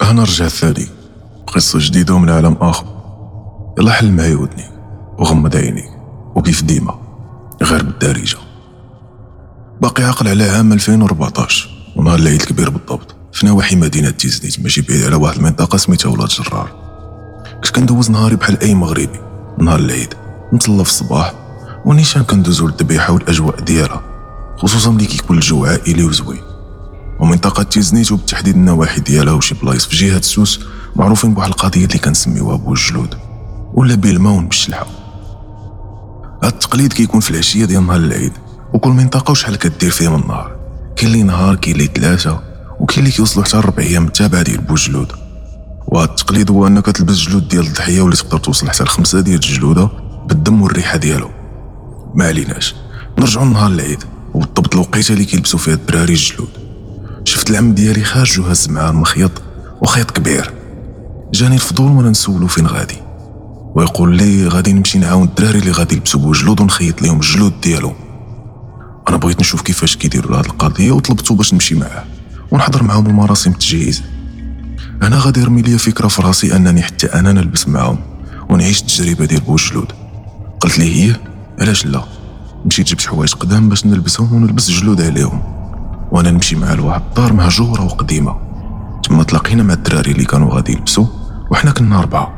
أنا رجعت ثاني قصة جديدة ومن عالم آخر. يلا حل معايا ودني وغمض عينيك، وكيف ديما غير بالدارجة. باقي عاقل على عام 2014 ونهار العيد الكبير بالضبط في نواحي مدينة تيزنيت، ماشي بعيد على واحد المنطقة سميتها ولاد جرار. كنت كندوز نهاري بحال أي مغربي نهار العيد، نتسلى في الصباح ونيشان كندوزو للذبيحة والأجواء ديالها، خصوصا ملي كيكون الجو عائلي وزوين. ومنطقة تيزنيت وبالتحديد النواحي ديالها وشي بلايص في جهة سوس معروفين بواحد القضية اللي كنسميوها بوجلود ولا بالمون بالشلحة. هاد التقليد كيكون في العشية ديال نهار العيد، وكل منطقة وشحال كدير فيه من النهار، كاين اللي نهار كاين اللي 3 وكاين اللي كيوصلوا حتى 4 أيام متابعة ديال بوجلود. وهاد التقليد هو انك تلبس جلود ديال الضحية واللي تقدر توصل حتى ل5 ديال الجلودة بالدم والريحة ديالو. ما عليناش نرجعوا لنهار العيد وبالضبط الوقيته اللي كيلبسوا فيها الدراري الجلود. شفت العم ديالي خارج وهز معاه المخيط وخيط كبير، جاني الفضول وانا نسولو فين غادي، ويقول لي غادي نمشي نعاون الدراري اللي غادي يلبسوا بوجلود ونخيط لهم الجلود ديالهم. انا بغيت نشوف كيفاش كيديروا هاد القضيه وطلبته باش نمشي معاه ونحضر معاهم المراسم التجهيز. انا غادي يرمي لي فكره في راسي انني حتى انا نلبس معاهم ونعيش التجربه ديال بوجلود. قلت ليه هي علاش لا، مشيت جبت حوايج قدام باش نلبسهم ونلبس جلود عليهم، وانا نمشي مع لواحد الدار مهجوره وقديمه. تما تلاقينا مع الدراري اللي كانوا غادي يلبسوا وحنا كنا 4.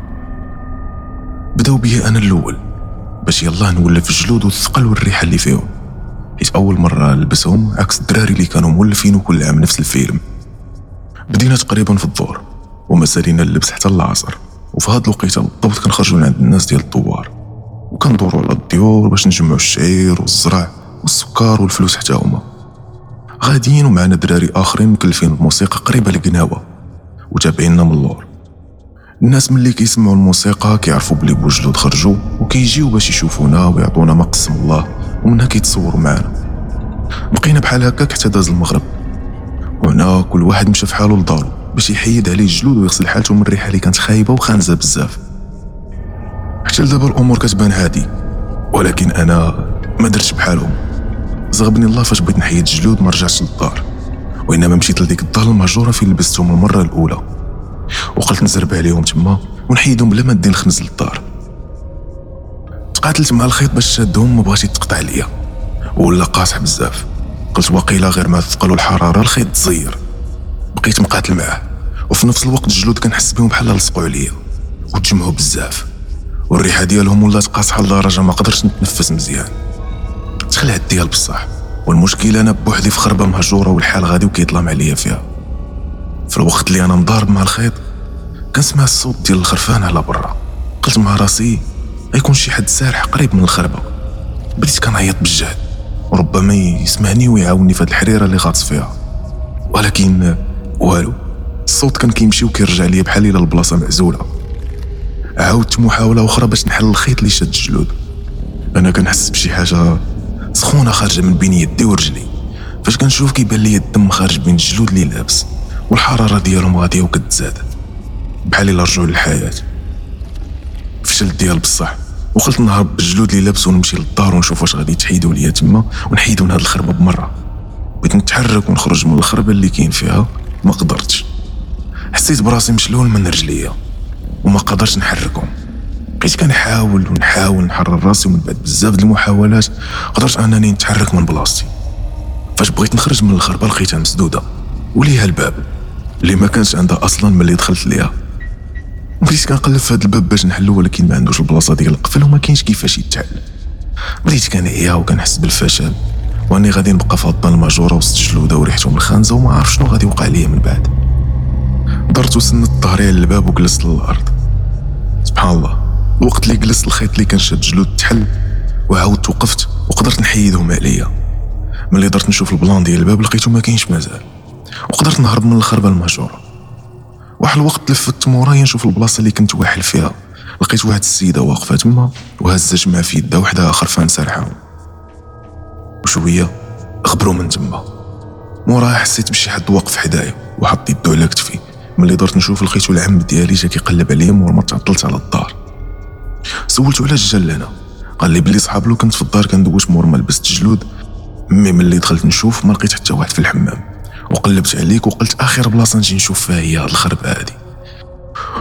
بداو بيا انا الاول باش يلا نولف الجلود والثقل والريحه اللي فيهم، حيت اول مره نلبسهم عكس الدراري اللي كانوا مولفين كل عام نفس الفيلم. بدينا تقريبا في الظهر وما سالينا اللبس حتى العصر، وفي هاد الوقيته بالضبط كنخرجوا من عند الناس ديال الدوار وكندوروا على الديور باش نجمعوا الشعير والزرع والسكر والفلوس حتى هما. غاديين ومعنا دراري اخرين مكلفين الموسيقى قريبه لقناوه وتابعيننا من اللور. الناس ملي كيسمعوا الموسيقى كيعرفوا بلي بوجلود خرجوا وكيجيو باش يشوفونا ويعطونا ما قسم الله، ومنها كيتصوروا معنا. بقينا بحال هكاك حتى داز المغرب، وهنا كل واحد مشى فحالو لدارو باش يحيد عليه الجلود ويغسل حالته من الريحه اللي كانت خايبه وخانزه بزاف. حتى لدابا الامور كتبان عادي، ولكن انا ما درتش بحالهم. زغبني الله فاش بغيت نحيد الجلود ما رجعتش للدار، وانما مشيت لديك الدار المهجوره فين لبستهم المره الاولى، وقلت نزرب عليهم تما ونحيدهم بلا ما ندي نخنز للدار. تقاتلت مع الخيط باش شادهم، ما بغاش يتقطع عليا ولا قاصح بزاف. قلت واقيلا غير مع الثقل والحراره الخيط تزير. بقيت مقاتل معاه وفي نفس الوقت الجلود كنحس بهم بحال لصقوا عليا وتجمعوا بزاف، والريحه ديالهم ولات قاصحه لدرجه ما قدرتش نتنفس مزيان. تخلعت ديال بصح، والمشكل انا بوحدي في خربه مهجوره والحال غادي وكيطلام عليا فيها. في الوقت اللي انا مضارب مع الخيط كنسمع الصوت ديال الخرفان على برا. قلت مع راسي غيكون شي حد سارح قريب من الخربه. بديت كنعيط بالجهد وربما يسمعني ويعاوني في هاد الحريره اللي غاطس فيها، ولكن والو. الصوت كان كيمشي وكيرجع ليا بحال الى البلاصه معزوله. عاودت محاوله اخرى باش نحل الخيط اللي شاد الجلود. انا كنحس بشي حاجه سخونه خارجه من بين يدي ورجلي، فاش كنشوف كيبان لي الدم خارج بين الجلود اللي لابس، والحراره ديالهم غاديه وكتزاد بحال الا رجعوا للحياه. فشلت ديال بصح وقلت نهرب بالجلود اللي لابس ونمشي للدار ونشوف واش غادي يتحيدوا ليا تما ونحيدوا من هاد الخربه بمره. بغيت نتحرك ونخرج من الخربه اللي كاين فيها، ما قدرتش. حسيت براسي مشلول من رجليا وما قدرتش نحركهم. بقيت كنحاول ونحاول نحرر راسي، ومن بعد بزاف د المحاولات قدرت انني نتحرك من بلاصتي. فاش بغيت نخرج من الخربه لقيتها مسدوده وليها الباب اللي ما كانش عندها اصلا ملي دخلت ليها. بديت كنقلب في هذا الباب باش نحلو، ولكن ما عندوش البلاصه ديال القفل وما كاينش كيفاش يتحل. بديت كنعيا وكنحس بالفشل، واني غادي نبقى في الدار المهجوره وسط الجلوده وريحتهم الخانزه وما عارف شنو غادي يوقع ليا من بعد. درت وسندت ظهري على الباب وجلست للارض. سبحان الله، الوقت اللي جلست الخيط اللي كان شاد جلود تحل، وعاودت وقفت وقدرت نحيدهم عليا. ملي درت نشوف البلان ديال الباب لقيته ما كاينش مازال، وقدرت نهرب من الخربه المهجوره. واحد الوقت لفت مورايا نشوف البلاصه اللي كنت واحل فيها، لقيت واحد السيده واقفه تما وهزه جمع في يدها وحدها خرفان سارحه، وشويه غبروا من تما. موراها حسيت بشي حد واقف حدايا وحط يدو على كتفي. ملي درت نشوف لقيتو العم ديالي جا كيقلب عليا مور ما تعطلت على الدار. سولتو علاش جا لهنا، قال لي بلي صحاب له كنت في الدار كندوش مور ما لبست جلود. ملي دخلت نشوف ما لقيت حتى واحد في الحمام، وقلبت عليك وقلت اخر بلاصه نجي نشوف فيها هي هاد الخربه هادي.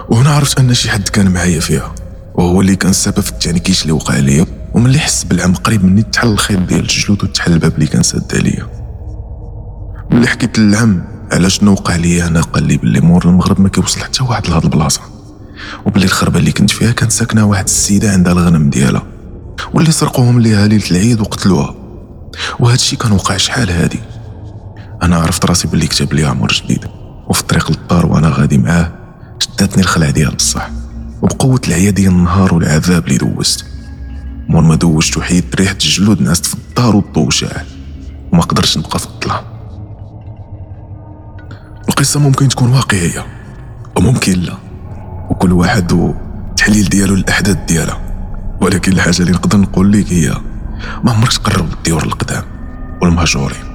وهنا عرفت ان شي حد كان معايا فيها، وهو اللي كان السبب في التعنكيش اللي وقع ليا. وملي حس بالعم قريب مني تحل الخيط ديال الجلود وتحل الباب اللي كان ساد عليا. ملي حكيت للعم على شنو وقع ليا هنا، قال لي باللي مور المغرب ما كيوصل حتى واحد لهاد البلاصه، وباللي الخربه اللي كنت فيها كانت ساكنه واحد السيده عندها الغنم ديالها، واللي سرقوهم ليها ليله العيد وقتلوها. وهذا الشيء كان وقع شحال هادي. انا عرفت راسي باللي كتب لي عمر جديد، وفي الطريق للدار وانا غادي معاه شداتني الخلعه ديال بصح، وبقوه العيا ديال النهار والعذاب اللي دوزت. مور ما دوزت وحيدت ريحه الجلود نعست في الدار والضو شاعل، وما قدرتش نبقى في الظلام. القصه ممكن تكون واقعيه وممكن لا، وكل واحد والتحليل ديالو للاحداث ديالها، ولكن الحاجه اللي نقدر نقول لك هي ما عمرك تقرب للديور القدام والمهجورين.